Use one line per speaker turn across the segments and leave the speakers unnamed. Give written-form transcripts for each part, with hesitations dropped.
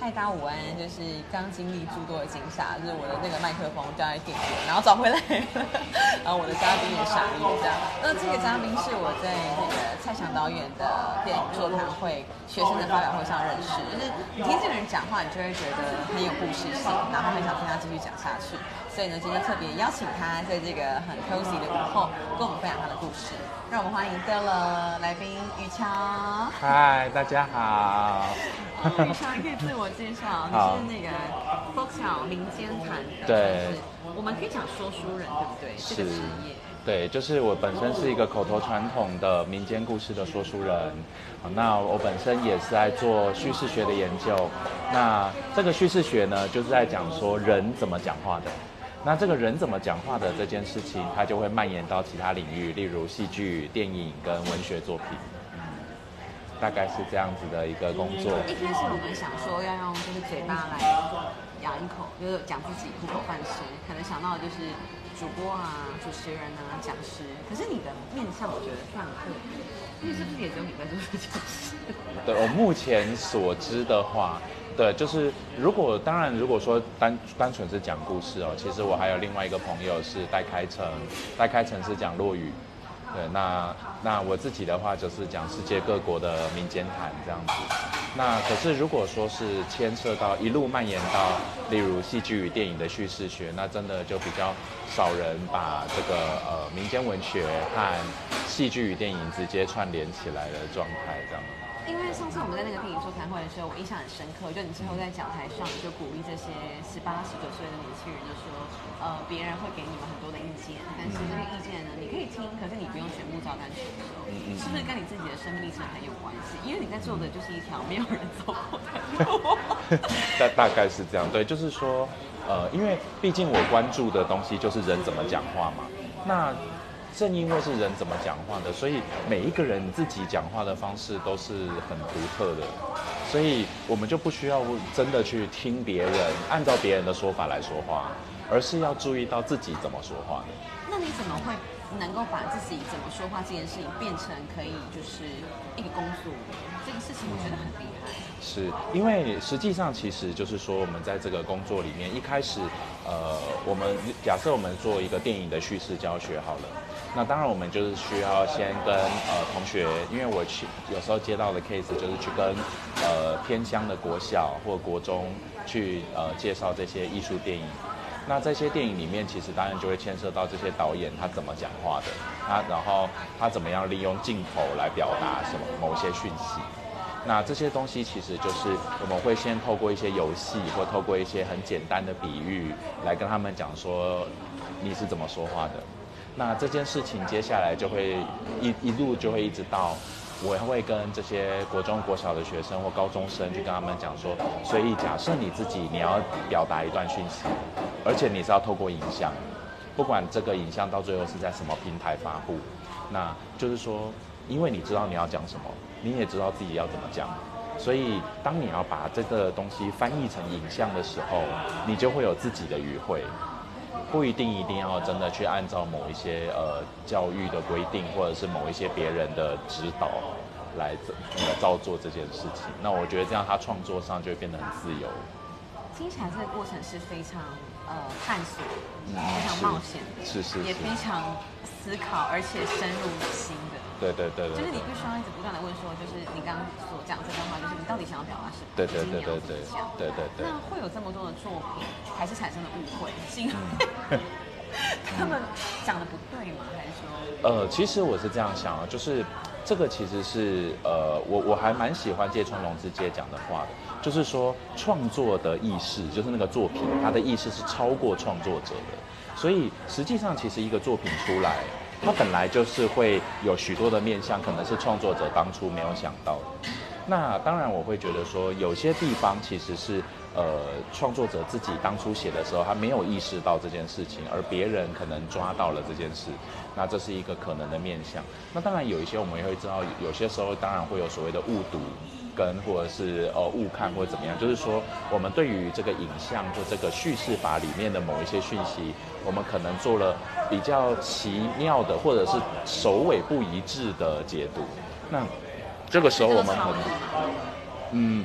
嗨，大家午安，就是刚经历诸多的惊吓，就是我的那个麦克风掉在地上，然后找回来了，然后我的嘉宾也傻眼这样。那这个嘉宾是我在那个蔡翔导演的电影座谈会学生的发表会上认识，就是你听这个人讲话，你就会觉得很有故事性，然后很想听他继续讲下去。所以呢，今天特别邀请他在这个很 cozy 的午后，跟我们分享他的故事。让我们欢迎的了来宾宇乔。
嗨，大家好。
宇乔，你可以自我介绍，你是那个 Folktale 民间谈的，
对，
我们可以讲说书人，对不对？
是
这个职业。
对，就是我本身是一个口头传统的民间故事的说书人。那我本身也是在做叙事学的研究。那这个叙事学呢，就是在讲说人怎么讲话的。那这个人怎么讲话的这件事情，它就会蔓延到其他领域，例如戏剧、电影跟文学作品。大概是这样子的一个工作。
一开始我们想说要用就是嘴巴来咬一口，就是讲自己糊口饭吃，可能想到的就是主播啊、主持人啊、讲师。可是你的面向我觉得非常特别，因为是不是也只有你在做这件事？
对，我目前所知的话，对，就是如果说单纯是讲故事哦，其实我还有另外一个朋友是戴开成是讲落语。对，那我自己的话就是讲世界各国的民间谈这样子。那可是如果说是牵涉到一路蔓延到，例如戏剧与电影的叙事学，那真的就比较少人把这个民间文学和戏剧与电影直接串联起来的状态这样。
因为上次我们在那个电影座谈会的时候，我印象很深刻，就你之后在讲台上就鼓励这些18、19岁的年轻人，就说，别人会给你们很多的意见，但是这个意见呢，你可以听，可是你不用全部照单全收，是不是跟你自己的生命历程很有关系？因为你在做的就是一条没有人走过的路。
大概是这样，对，就是说，因为毕竟我关注的东西就是人怎么讲话嘛，那。正因为是人怎么讲话的，所以每一个人自己讲话的方式都是很独特的，所以我们就不需要真的去听别人，按照别人的说法来说话，而是要注意到自己怎么说话的。
那你怎么会能够把自己怎么说话这件事情变成可以就是一个工作？这个事情我觉得很厉害。
是因为实际上其实就是说，我们在这个工作里面，一开始，我们假设我们做一个电影的叙事教学好了，那当然我们就是需要先跟同学，因为我有时候接到的 case 就是去跟偏乡的国小或国中去介绍这些艺术电影。那这些电影里面，其实当然就会牵涉到这些导演他怎么讲话的，然后他怎么样利用镜头来表达什么某些讯息。那这些东西其实就是我们会先透过一些游戏或透过一些很简单的比喻来跟他们讲说你是怎么说话的。那这件事情接下来就会一路就会一直到我会跟这些国中国小的学生或高中生去跟他们讲说，所以假设你要表达一段讯息，而且你是要透过影像，不管这个影像到最后是在什么平台发布，那就是说因为你知道你要讲什么，你也知道自己要怎么讲，所以当你要把这个东西翻译成影像的时候，你就会有自己的语汇，不一定要真的去按照某一些教育的规定，或者是某一些别人的指导来照做这件事情。那我觉得这样他创作上就会变得很自由。
听起来这个过程是非常探索，非常冒险的，
是
也非常思考，而且深入心的。
对，
就是你必须要一直不断的问说，就是你刚刚所讲这段话，就是你到底想要表达什么？
对。
那会有这么多的作品，还是产生了误会，是因为他们讲的不对吗？还是说？
其实我是这样想啊，就是这个其实是我还蛮喜欢芥川龙之介讲的话的，就是说创作的意识，就是那个作品，它的意识是超过创作者的，所以实际上其实一个作品出来，它本来就是会有许多的面向，可能是创作者当初没有想到的。那当然我会觉得说，有些地方其实是创作者自己当初写的时候，他没有意识到这件事情，而别人可能抓到了这件事，那这是一个可能的面向。那当然有一些我们也会知道，有些时候当然会有所谓的误读，或者是误看或者怎么样，就是说我们对于这个影像或这个叙事法里面的某一些讯息，我们可能做了比较奇妙的或者是首尾不一致的解读。那这个时候我们可能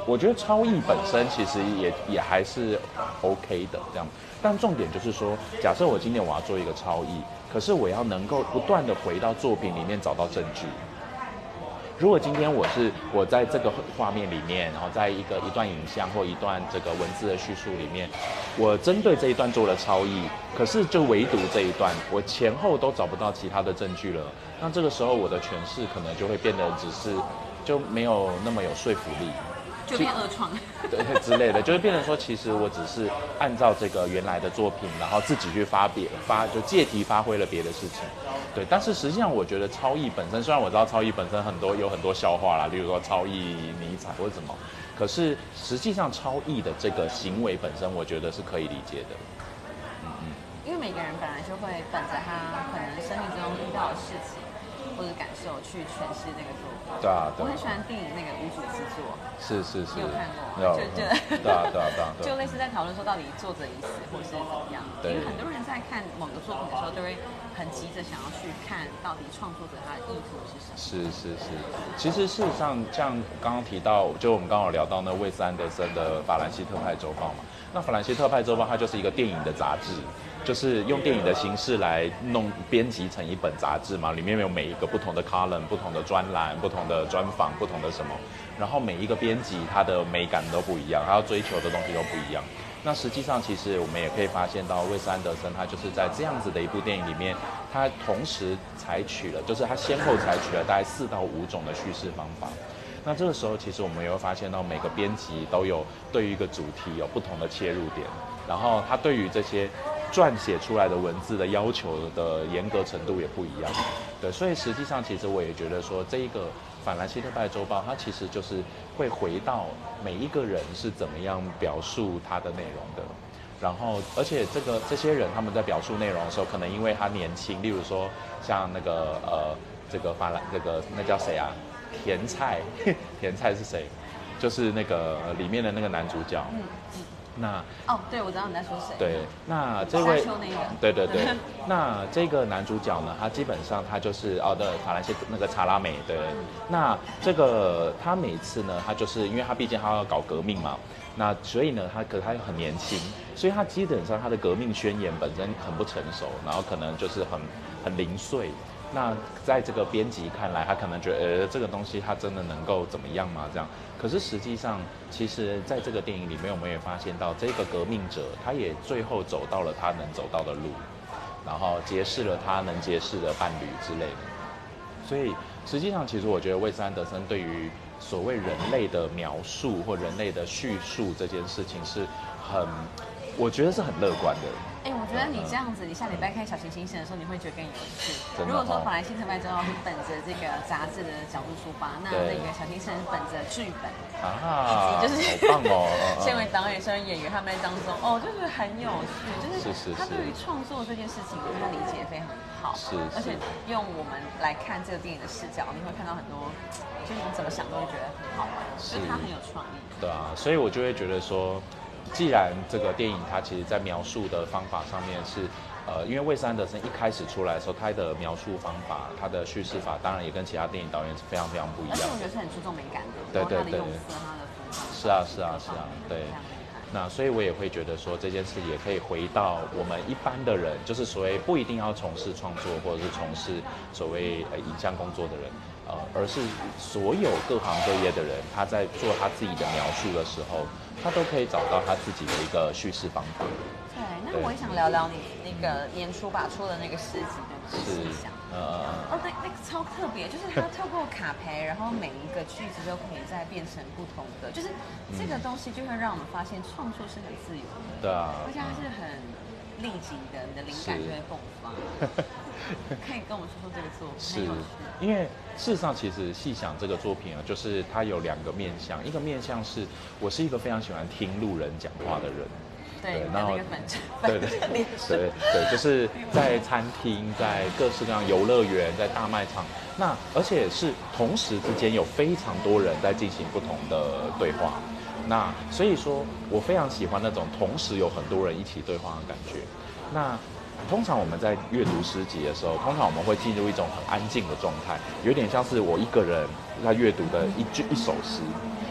我觉得超译本身其实也还是 OK 的这样，但重点就是说，假设我今天我要做一个超译，可是我要能够不断的回到作品里面找到证据。如果今天我在这个画面里面，然后在一段影像或一段这个文字的叙述里面，我针对这一段做了超译，可是就唯独这一段，我前后都找不到其他的证据了，那这个时候我的诠释可能就会变得就没有那么有说服力。
就变二创，
对之类的，就会变成说，其实我只是按照这个原来的作品，然后自己去就借题发挥了别的事情，对。但是实际上，我觉得超译本身，虽然我知道超译本身有很多笑话啦，例如说超译尼采或者什么，可是实际上超译的这个行为本身，我觉得是可以理解的。
因为每个人本来就会本着他可能生命中遇到的事情或者感受去诠释这个作品。
对啊，
我很喜欢电影那个无主之作，
是，
你有看过吗？
有，对啊，
就类似在讨论说到底作者已死或是怎么样。因为很多人在看某个作品的时候，就会很急着想要去看到底创作者他的意图是什么。
是，其实事实上，像刚刚提到，就我们刚好聊到那魏斯安德森的《法兰西特派周报》嘛，那《法兰西特派周报》它就是一个电影的杂志。就是用电影的形式来编辑成一本杂志嘛，里面有每一个不同的 column、不同的专栏、不同的专访、不同的什么，然后每一个编辑他的美感都不一样，他要追求的东西都不一样。那实际上，其实我们也可以发现到，魏斯安德森他就是在这样子的一部电影里面，他同时采取了，就是他先后采取了大概4到5种的叙事方法。那这个时候，其实我们也会发现到，每个编辑都有对于一个主题有不同的切入点，然后他对于这些撰写出来的文字的要求的严格程度也不一样，对，所以实际上其实我也觉得说，这一个法兰西特派周报，它其实就是会回到每一个人是怎么样表述他的内容的，然后而且这些人他们在表述内容的时候，可能因为他年轻，例如说像那个那叫谁啊？甜菜是谁？就是那个里面的那个男主角。那
对，我知道你在说谁。
对，那这位
对，
那这个男主角呢，他基本上他就是法兰西那个查拉美，对。那这个他每次呢，他就是因为他毕竟他要搞革命嘛，那所以呢，他很年轻，所以他基本上他的革命宣言本身很不成熟，然后可能就是很零碎。那在这个编辑看来，他可能觉得，这个东西他真的能够怎么样吗？这样，可是实际上，其实在这个电影里面，我们也发现到，这个革命者，他也最后走到了他能走到的路，然后结识了他能结识的伴侣之类的。所以，实际上，其实我觉得魏斯安德森对于所谓人类的描述或人类的叙述这件事情，我觉得是很乐观的。
我觉得你这样子，你下礼拜看小行星的时候，你会觉得更有趣。如果说法兰西特派周报是本着这个杂志的角度出发，那个小行星是本着剧本就是
好棒哦。
身为导演、身为演员，他们在当中就是很有趣，就是他对于创作这件事情，他理解非常好。而且用我们来看这个电影的视角，你会看到很多，就是你怎么想都会觉得很好玩，就是他很有创意。
对啊，所以我就会觉得说，既然这个电影它其实在描述的方法上面是，因为魏斯安德森一开始出来的时候，他的描述方法、他的叙事法，当然也跟其他电影导演是非常非常不一样的。而且
我觉得是很注重美感的，
对，
他的用色、他的服装。
是啊，对。那所以我也会觉得说，这件事也可以回到我们一般的人，就是所谓不一定要从事创作或者是从事所谓影像工作的人，而是所有各行各业的人，他在做他自己的描述的时候，他都可以找到他自己的一个叙事方法。
对，那我也想聊聊你那个年初吧出的那个诗集的思想。对，那个超特别，就是它透过卡牌，然后每一个句子都可以再变成不同的，就是这个东西就会让我们发现创作是很自由的。
对啊，
而且它是很立即的，你的灵感就会迸发。可以跟我们说说这个作品？
是，因为事实上其实细想这个作品啊，就是它有2个面向，一个面向是我是一个非常喜欢听路人讲话的人。
对，然后
对，就是在餐厅、在各式各样游乐园、在大卖场，那而且是同时之间有非常多人在进行不同的对话，那所以说我非常喜欢那种同时有很多人一起对话的感觉。那通常我们在阅读诗集的时候，通常我们会进入一种很安静的状态，有点像是我一个人在阅读的一首诗。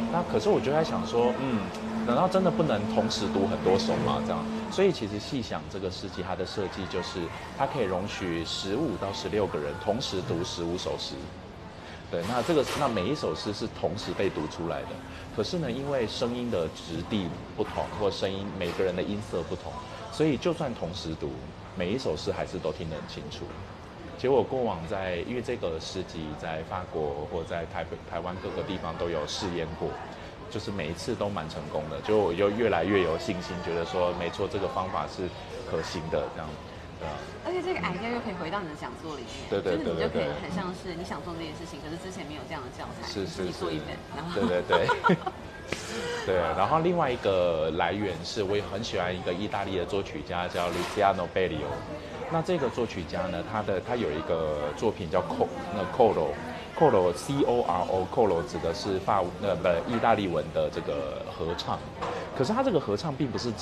那可是我就在想说，难道真的不能同时读很多首吗？这样，所以其实细想这个诗集，它的设计就是它可以容许15到16个人同时读15首诗。对，那每一首诗是同时被读出来的。可是呢，因为声音的质地不同，或声音每个人的音色不同，所以就算同时读，每一首诗还是都听得很清楚。结果过往因为这个诗集在法国或在台湾各个地方都有试验过，就是每一次都蛮成功的，就我就越来越有信心，觉得说没错，这个方法是可行的，这样。
而且这个 idea 又可以回到你的讲座里面，
对，
就是你就可以很像是你想做这件事情，可是之前没有这样的教材，
是
你做一本，然后
对。对，然后另外一个来源是我也很喜欢一个意大利的作曲家叫 Luciano Berio。那这个作曲家呢，他有一个作品叫 Coro Coro 指的是意大利文的这个合唱。可是他这个合唱并不是指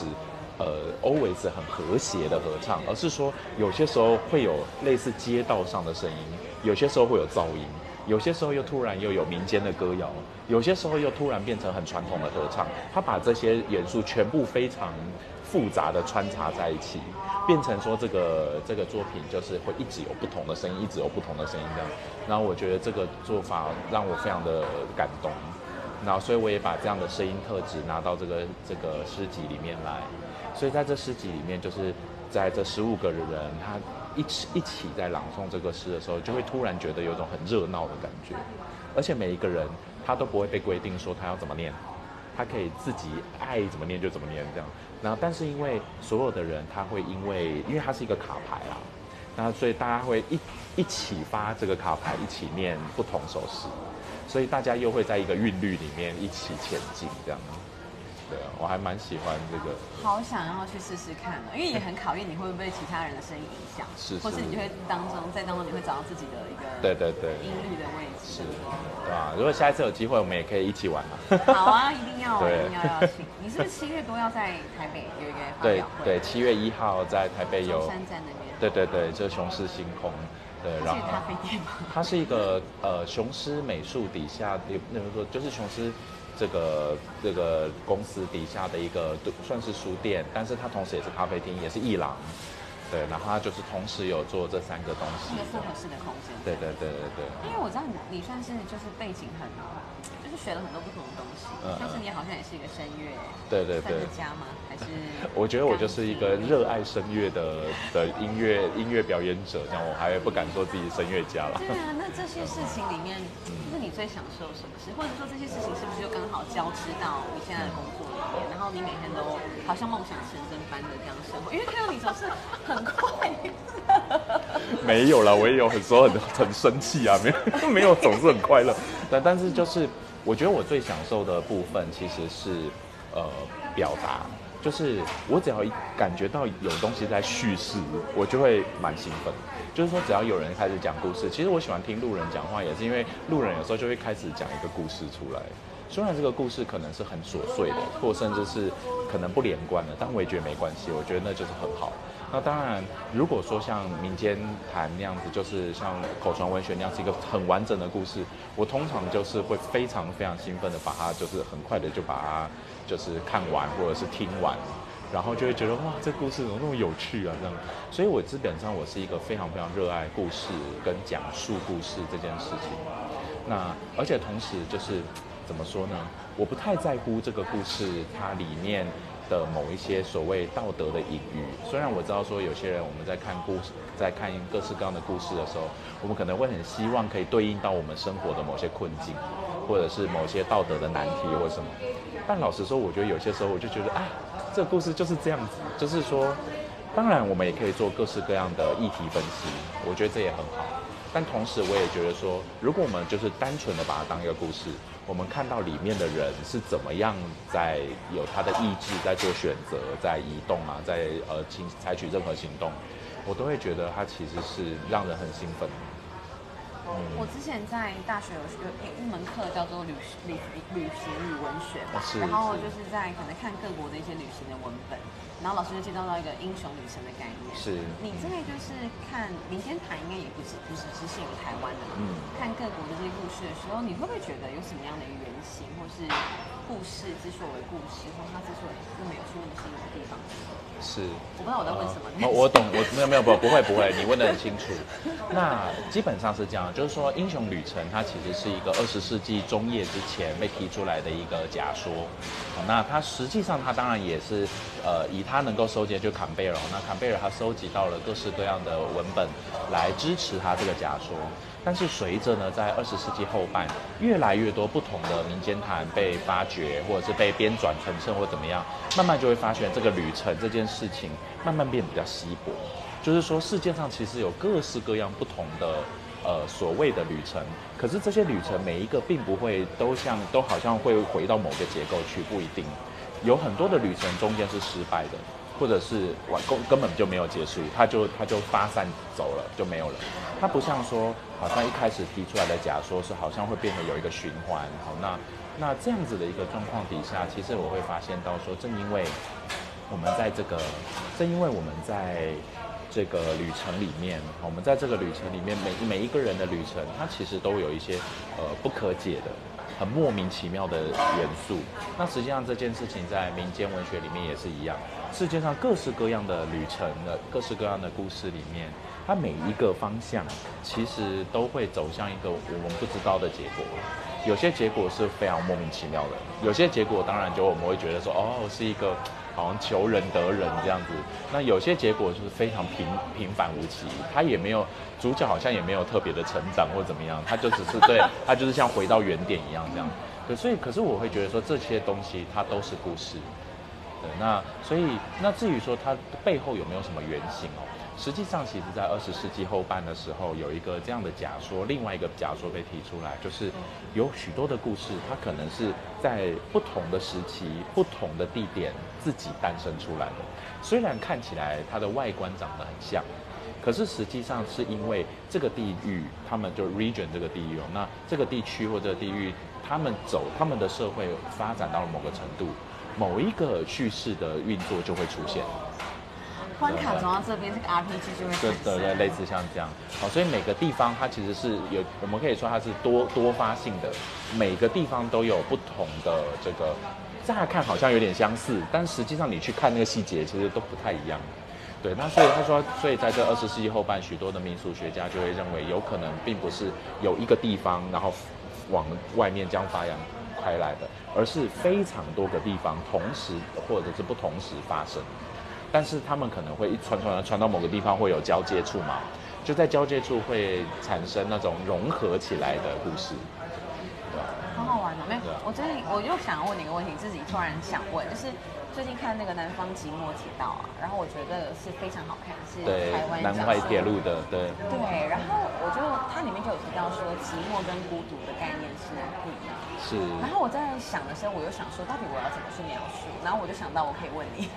always 很和谐的合唱，而是说有些时候会有类似街道上的声音，有些时候会有噪音，有些时候又突然又有民间的歌谣，有些时候又突然变成很传统的合唱。他把这些元素全部非常复杂的穿插在一起，变成说这个作品就是会一直有不同的声音，一直有不同的声音这样。然后我觉得这个做法让我非常的感动，然后所以我也把这样的声音特质拿到这个诗集里面来。所以在这诗集里面，就是在这15个人他一起在朗诵这个诗的时候，就会突然觉得有种很热闹的感觉，而且每一个人他都不会被规定说他要怎么念，他可以自己爱怎么念就怎么念这样。然后但是因为所有的人他会因为它是一个卡牌啦，那所以大家会一起发这个卡牌，一起念不同首诗，所以大家又会在一个韵律里面一起前进这样。对啊，我还蛮喜欢这个。
好想要去试试看因为也很考验你会不会被其他人的声音影响，或是你就会在当中你会找到自己的一个音律的位置，
对吧？如果下一次有机会，我们也可以一起玩嘛。
好啊，一定要邀请。你是不是7月多要在台北有一个发表会？
对，7月1号在台北有。
中山站那边。
对，就是雄狮星空。对，然后
咖啡店吗？
它是一个雄狮美术底下，那说就是雄狮。这个公司底下的一个算是书店，但是它同时也是咖啡厅，也是艺廊，对，然后它就是同时有做这3个东西，
一个复合式的空间。
对。
因为我知道你算是就是背景就是学了很多不同的东西，但是你好像也是一个声乐
对
家吗？还是？
我觉得我就是一个热爱声乐的音乐表演者，这样我还不敢说自己声乐家了。
对啊，那这些事情里面，就是你最享受什么事，或者说这些事情是不是就刚好交织到你现在的工作里面，然后你每天都好像梦想成真般的这样生活？因为看到你总是很快
没有啦，我也有很时候很生气啊，没有总是很快乐，但是就是我觉得我最享受的部分其实是表达。就是我只要感觉到有东西在叙事，我就会蛮兴奋。就是说，只要有人开始讲故事，其实我喜欢听路人讲话，也是因为路人有时候就会开始讲一个故事出来。虽然这个故事可能是很琐碎的，或甚至是可能不连贯的，但我也觉得没关系。我觉得那就是很好。那当然，如果说像民间谈那样子，就是像口传文学那样是一个很完整的故事，我通常就是会非常非常兴奋的把它，就是很快的就把它就是看完或者是听完，然后就会觉得哇，这故事怎么那么有趣啊这样。所以我基本上我是一个非常非常热爱故事跟讲述故事这件事情。那而且同时就是怎么说呢？我不太在乎这个故事它里面的某一些所谓道德的隐喻。虽然我知道说有些人我们在看各式各样的故事的时候，我们可能会很希望可以对应到我们生活的某些困境，或者是某些道德的难题或什么。但老实说，我觉得有些时候我就觉得，这个故事就是这样子，就是说，当然我们也可以做各式各样的议题分析，我觉得这也很好。但同时我也觉得说，如果我们就是单纯的把它当一个故事，我们看到里面的人是怎么样在有他的意志，在做选择，在移动啊，在采取任何行动，我都会觉得它其实是让人很兴奋。
我之前在大学有一门课叫做旅行与文学嘛，然后就是在可能看各国的一些旅行的文本，然后老师就介绍到一个英雄旅程的概念。
是，
你在就是看民间谈，应该也不是只限于台湾的嘛。看各国的这些故事的时候，你会不会觉得有什么样的原型，或是故事之所为故事，或它之所以那么有趣，那么吸引的地方？
是，
我不知道我在问什么。
我懂，没有不会，你问得很清楚。那基本上是这样，就是说英雄旅程它其实是一个20世纪中叶之前被提出来的一个假说。那它实际上它当然也是以它能够收集就坎贝尔，那坎贝尔他收集到了各式各样的文本来支持他这个假说。但是随着呢，在20世纪后半，越来越多不同的民间谈被发掘，或者是被编纂成册或怎么样，慢慢就会发现这个旅程这件事情慢慢变得比较稀薄。就是说，世界上其实有各式各样不同的所谓的旅程，可是这些旅程每一个并不会都好像会回到某个结构去，不一定。有很多的旅程中间是失败的，或者是根本就没有结束，它就发散走了，就没有了。它不像说，好像一开始提出来的假说是好像会变得有一个循环。好，那这样子的一个状况底下，其实我会发现到说，正因为我们在这个旅程里面，我们在这个旅程里面，每一个人的旅程，它其实都有一些不可解的、很莫名其妙的元素。那实际上这件事情在民间文学里面也是一样，世界上各式各样的旅程的各式各样的故事里面，它每一个方向其实都会走向一个我们不知道的结果。有些结果是非常莫名其妙的，有些结果当然就我们会觉得说，是一个好像求人得人这样子。那有些结果就是非常平凡无奇，他也没有主角好像也没有特别的成长或怎么样，他就只是他就是像回到原点一样这样。可是我会觉得说这些东西它都是故事。对，那至于说它背后有没有什么原型实际上其实在20世纪后半的时候，有一个这样的假说，另外一个假说被提出来，就是有许多的故事，它可能是在不同的时期、不同的地点自己诞生出来的。虽然看起来它的外观长得很像，可是实际上是因为这个地域，他们就 region 这个地域那这个地区或者地域，他们的社会发展到了某个程度，某一个叙事的运作就会出现。
关卡走到这边，这个 RPG 就会产生。
对，类似像这样。好，所以每个地方它其实是有，我们可以说它是多发性的，每个地方都有不同的这个，乍看好像有点相似，但实际上你去看那个细节，其实都不太一样。对，那所以他说，所以在这20世纪后半，许多的民俗学家就会认为，有可能并不是有一个地方，然后往外面这样发扬开来的，而是非常多个地方同时或者是不同时发生。但是他们可能会一传到某个地方会有交界处嘛，就在交界处会产生那种融合起来的故事，对吧？
好好玩哦！没有，我又想问你一个问题，自己突然想问，就是最近看那个《南方寂寞铁道》然后我觉得是非常好看，是台湾
南外铁路的，对。
然后它里面就有提到说寂寞跟孤独的概念是不一样的。
是。
然后我在想的时候，我又想说，到底我要怎么去描述？然后我就想到我可以问你。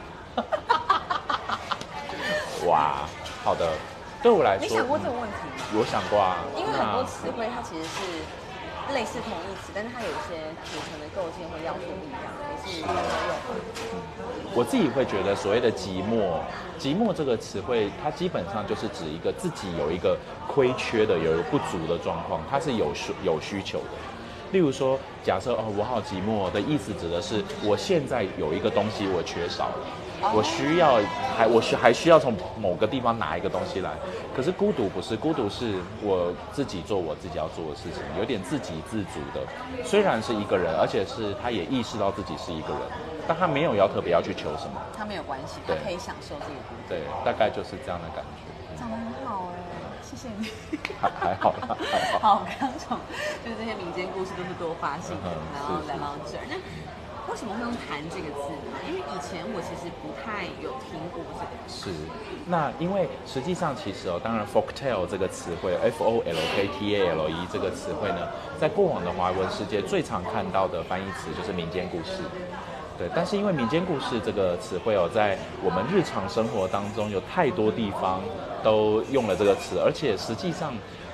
哇，好的，对我来说，
你想过这个问题吗？
我想过啊，
因为很多词汇它其实是类似同义词，但是它有一些组成的构建或要素不一样，也是有。
我自己会觉得，所谓的寂寞这个词汇，它基本上就是指一个自己有一个亏缺的、有一个不足的状况，它是有需求的。例如说，假设我好寂寞的意思指的是我现在有一个东西我缺少了，我还需要从某个地方拿一个东西来。可是孤独不是，孤独是我自己做我自己要做的事情，有点自给自足的。虽然是一个人，而且是他也意识到自己是一个人，但他没有特别要去求什么，
他没有关系，他可以享受这个孤独。
对，大概就是这样的感觉。
长得很好谢谢你。
还好啦，还好。
好，刚从就是这些民间故事都是多发性的，然后来到这儿。那为什么会用“谈”这个字呢？因为以前我其实不太有听过这个字。
是，那因为实际上其实当然 folktale 这个词汇 folktale 这个词汇呢，在过往的华文世界最常看到的翻译词就是民间故事。对，但是因为民间故事这个词汇在我们日常生活当中有太多地方都用了这个词，而且实际上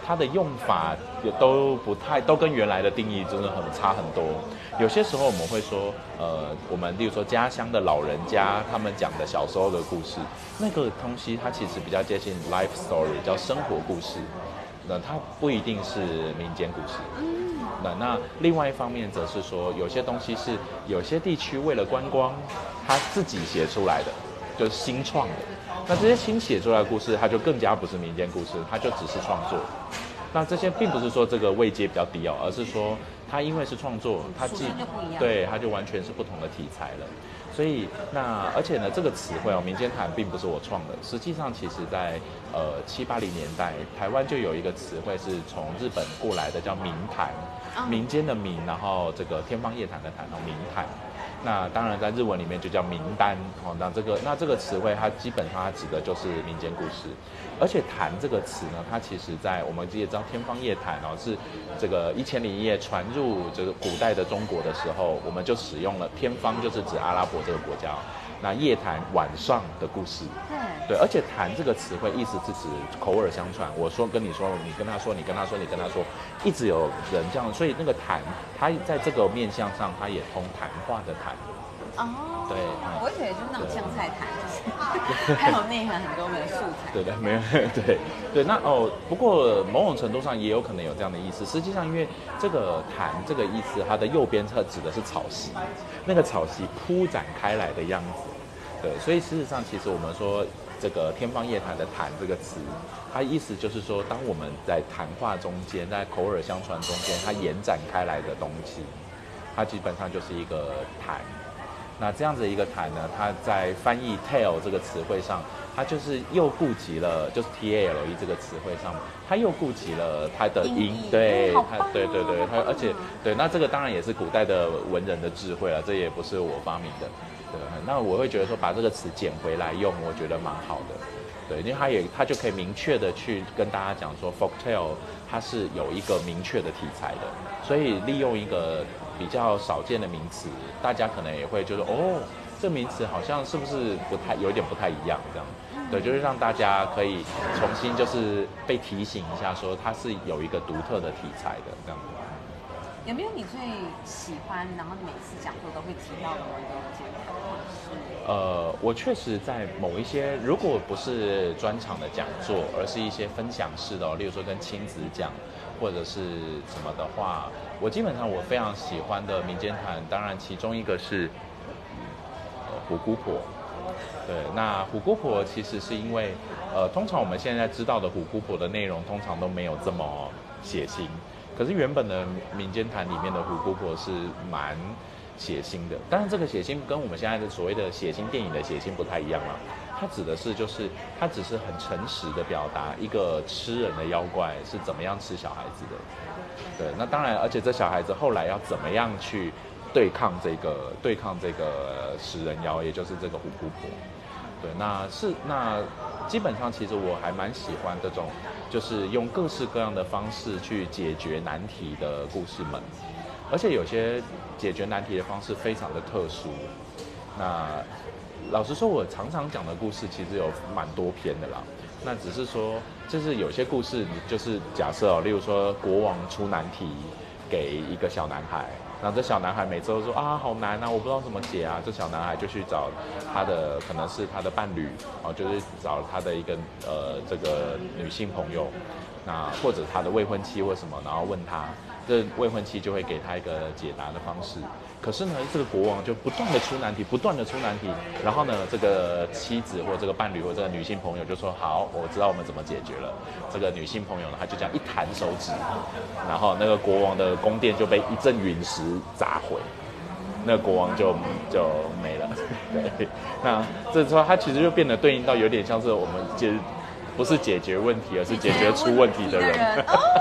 它的用法也都跟原来的定义真的很差很多。有些时候我们会说，我们例如说家乡的老人家他们讲的小时候的故事，那个东西它其实比较接近 life story， 叫生活故事。那它不一定是民间故事。那另外一方面则是说，有些东西是有些地区为了观光，他自己写出来的，就是新创的。那这些新写出来的故事，它就更加不是民间故事，它就只是创作。那这些并不是说这个位阶比较低哦，而是说它因为是创作，它对它就完全是不同的题材了。所以而且呢，这个词汇民间谈并不是我创的，实际上其实在70、80年代，台湾就有一个词汇是从日本过来的，叫民谈，民间的民，然后这个天方夜谭的谭，民谈。那当然在日文里面就叫民单那这个词汇它基本上它指的就是民间故事。而且谈这个词呢，它其实在我们也知道天方夜谭是这个1001夜传入这个古代的中国的时候，我们就使用了天方，就是指阿拉伯这个国家，那夜谈晚上的故事。对，而且谈这个词汇意思是指口耳相传，我说跟你说，你跟他说，你跟他说，你跟他说，一直有人这样，所以那个谈，它在这个面向上，它也通谈话的谈。对，
我以为就是那种酱菜谈，就是还有内涵很多的素材。
对，没有，对，那不过某种程度上也有可能有这样的意思。实际上，因为这个谈这个意思，它的右边侧指的是草席，那个草席铺展开来的样子。对，所以事实上，其实我们说这个天方夜谭的谈这个词，它意思就是说，当我们在谈话中间，在口耳相传中间，它延展开来的东西，它基本上就是一个谈。那这样子一个谈呢，它在翻译 tale 这个词汇上，它就是又顾及了，就是 tale 这个词汇上，它又顾及了它的音，对，对，它而且对，那这个当然也是古代的文人的智慧了，这也不是我发明的，对。那我会觉得说把这个词捡回来用，我觉得蛮好的，对，因为它就可以明确的去跟大家讲说 folk tale 它是有一个明确的题材的，所以利用一个比较少见的名词，大家可能也会就是这名词好像是不是有一点不太一样这样，对，就是让大家可以重新就是被提醒一下，说它是有一个独特的题材的这样。
有没有你最喜欢，然后你每次讲座都会提到的某一个讲法方式？
我确实在某一些，如果不是专场的讲座，而是一些分享式的，例如说跟亲子讲或者是什么的话，我基本上我非常喜欢的民间谈，当然其中一个是虎姑婆。对，那虎姑婆其实是因为通常我们现在知道的虎姑婆的内容通常都没有这么血腥，可是原本的民间谈里面的虎姑婆是蛮血腥的，但是这个血腥跟我们现在的所谓的血腥电影的血腥不太一样啦。它指的是就是它只是很诚实的表达一个吃人的妖怪是怎么样吃小孩子的。对，那当然，而且这小孩子后来要怎么样去对抗这个食人妖，也就是这个虎姑婆。对，那基本上其实我还蛮喜欢这种，就是用各式各样的方式去解决难题的故事们，而且有些解决难题的方式非常的特殊。那老实说，我常常讲的故事其实有蛮多篇的啦。那只是说，就是有些故事，你就是假设例如说国王出难题给一个小男孩。然后这小男孩每次都说好难啊，我不知道怎么解啊。这小男孩就去找他的可能是他的伴侣，就是找他的一个这个女性朋友，那或者他的未婚妻或什么，然后问他，这未婚妻就会给他一个解答的方式。可是呢，这个国王就不断的出难题，然后呢，这个妻子或这个伴侣或这个女性朋友就说好，我知道我们怎么解决了。这个女性朋友呢，她就这样一弹手指，然后那个国王的宫殿就被一阵陨石砸毁，那个国王就没了。对，那这时候他其实就变得对应到有点像是我们不是解决问题，而是解决出问题的人。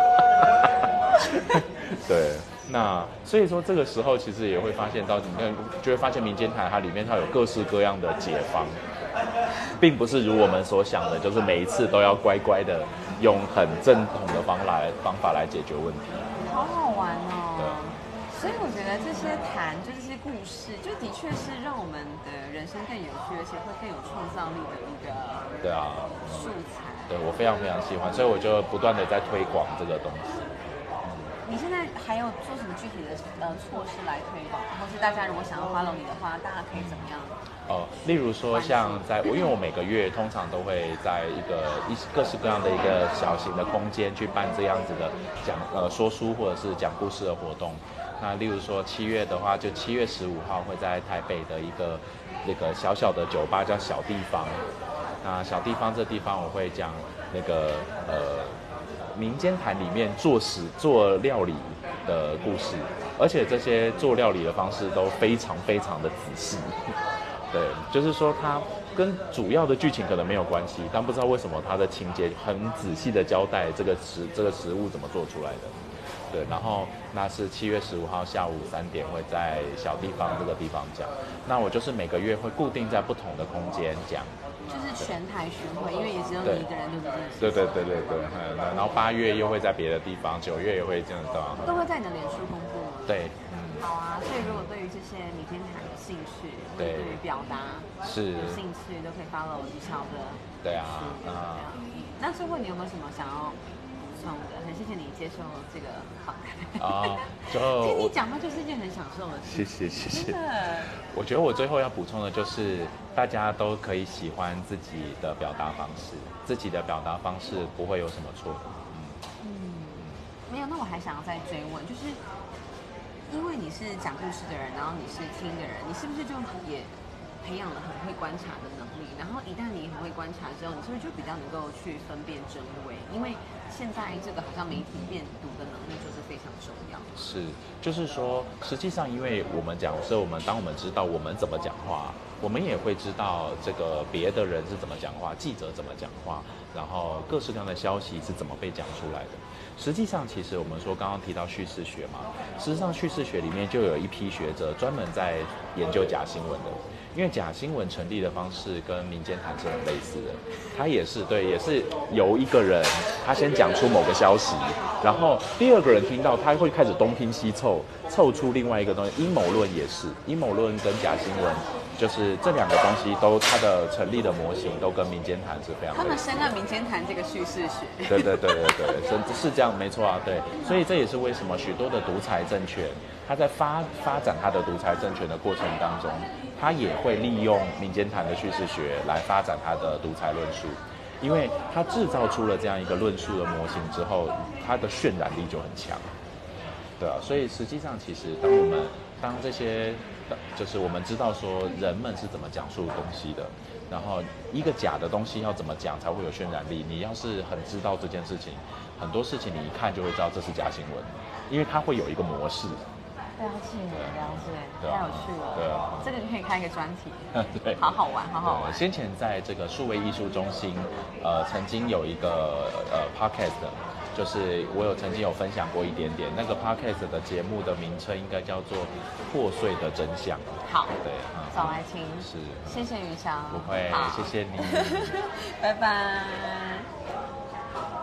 对。那所以说这个时候其实也会发现到，你看就会发现民间谈它里面它有各式各样的解方，并不是如我们所想的，就是每一次都要乖乖的用很正统的方法来解决问题。
好好玩哦。对。 所以我觉得这些就这些故事，就的确是让我们的人生更有趣，而且会更有创造力的一个
对啊
素材。
对我非常非常喜欢，所以我就不断的在推广这个东西。
你现在还有做什么具体的措施来推广，或是大家如果想要 follow 你的话，大家可以怎么样？
例如说像因为我每个月通常都会在各式各样的一个小型的空间去办这样子的说书或者是讲故事的活动。那例如说7月的话，就7月15号会在台北的一个那个小小的酒吧叫小地方。那小地方这地方我会讲那个民间谈里面做料理的故事，而且这些做料理的方式都非常非常的仔细。对，就是说它跟主要的剧情可能没有关系，但不知道为什么它的情节很仔细的交代这个食物怎么做出来的。对，然后那是7月15号下午3点会在小地方这个地方讲。那我就是每个月会固定在不同的空间讲。
就是全台巡回，因为也只有你一个人录制。
对。然后8月又会在别的地方，9月也会这样的。
都会在你的脸书公布吗？
对，
好啊，所以如果对于这些民间谈有兴趣，或者对于表达有兴趣，都可以 follow 李乔的。
对啊，
那最后你有没有什么想要补充的？很谢谢你接受这个访谈。听你讲话就是一件很享受的事。
谢谢。我觉得我最后要补充的就是，大家都可以喜欢自己的表达方式，自己的表达方式不会有什么错。
没有，那我还想要再追问，就是因为你是讲故事的人，然后你是听的人，你是不是就也培养了很会观察的能力？然后一旦你很会观察之后，你是不是就比较能够去分辨真伪？因为现在这个好像媒体辨读的能力就是非常重要。
是，就是说，实际上，因为我们当我们知道我们怎么讲话，我们也会知道这个别的人是怎么讲话，记者怎么讲话，然后各式各样的消息是怎么被讲出来的。实际上，其实我们说刚刚提到叙事学嘛，事实上叙事学里面就有一批学者专门在研究假新闻的。因为假新闻成立的方式跟民间谈是很类似的，它也是由一个人他先讲出某个消息，然后第二个人听到，他会开始东拼西凑，凑出另外一个东西。阴谋论也是，阴谋论跟假新闻就是这两个东西都它的成立的模型都跟民间谈是非常类似的。
他们生了民间谈这个叙事学。
对，是这样，没错啊，对，所以这也是为什么许多的独裁政权，它在发展它的独裁政权的过程当中，它也会利用民间谈的叙事学来发展它的独裁论述，因为它制造出了这样一个论述的模型之后，它的渲染力就很强，对啊，所以实际上其实当这些就是我们知道说人们是怎么讲述东西的，然后一个假的东西要怎么讲才会有渲染力，你要是很知道这件事情，很多事情你一看就会知道这是假新闻，因为它会有一个模式。
了解，太有趣了。
对啊，
这个就可以开一个专题。
对，
好好玩。
先前在这个数位艺术中心，曾经有一个podcast， 就是我曾经有分享过一点点。那个 podcast 的节目的名称应该叫做《破碎的真相》。
好，
对，
找来听。
是，
谢谢于翔。
不会，谢谢你。
拜拜。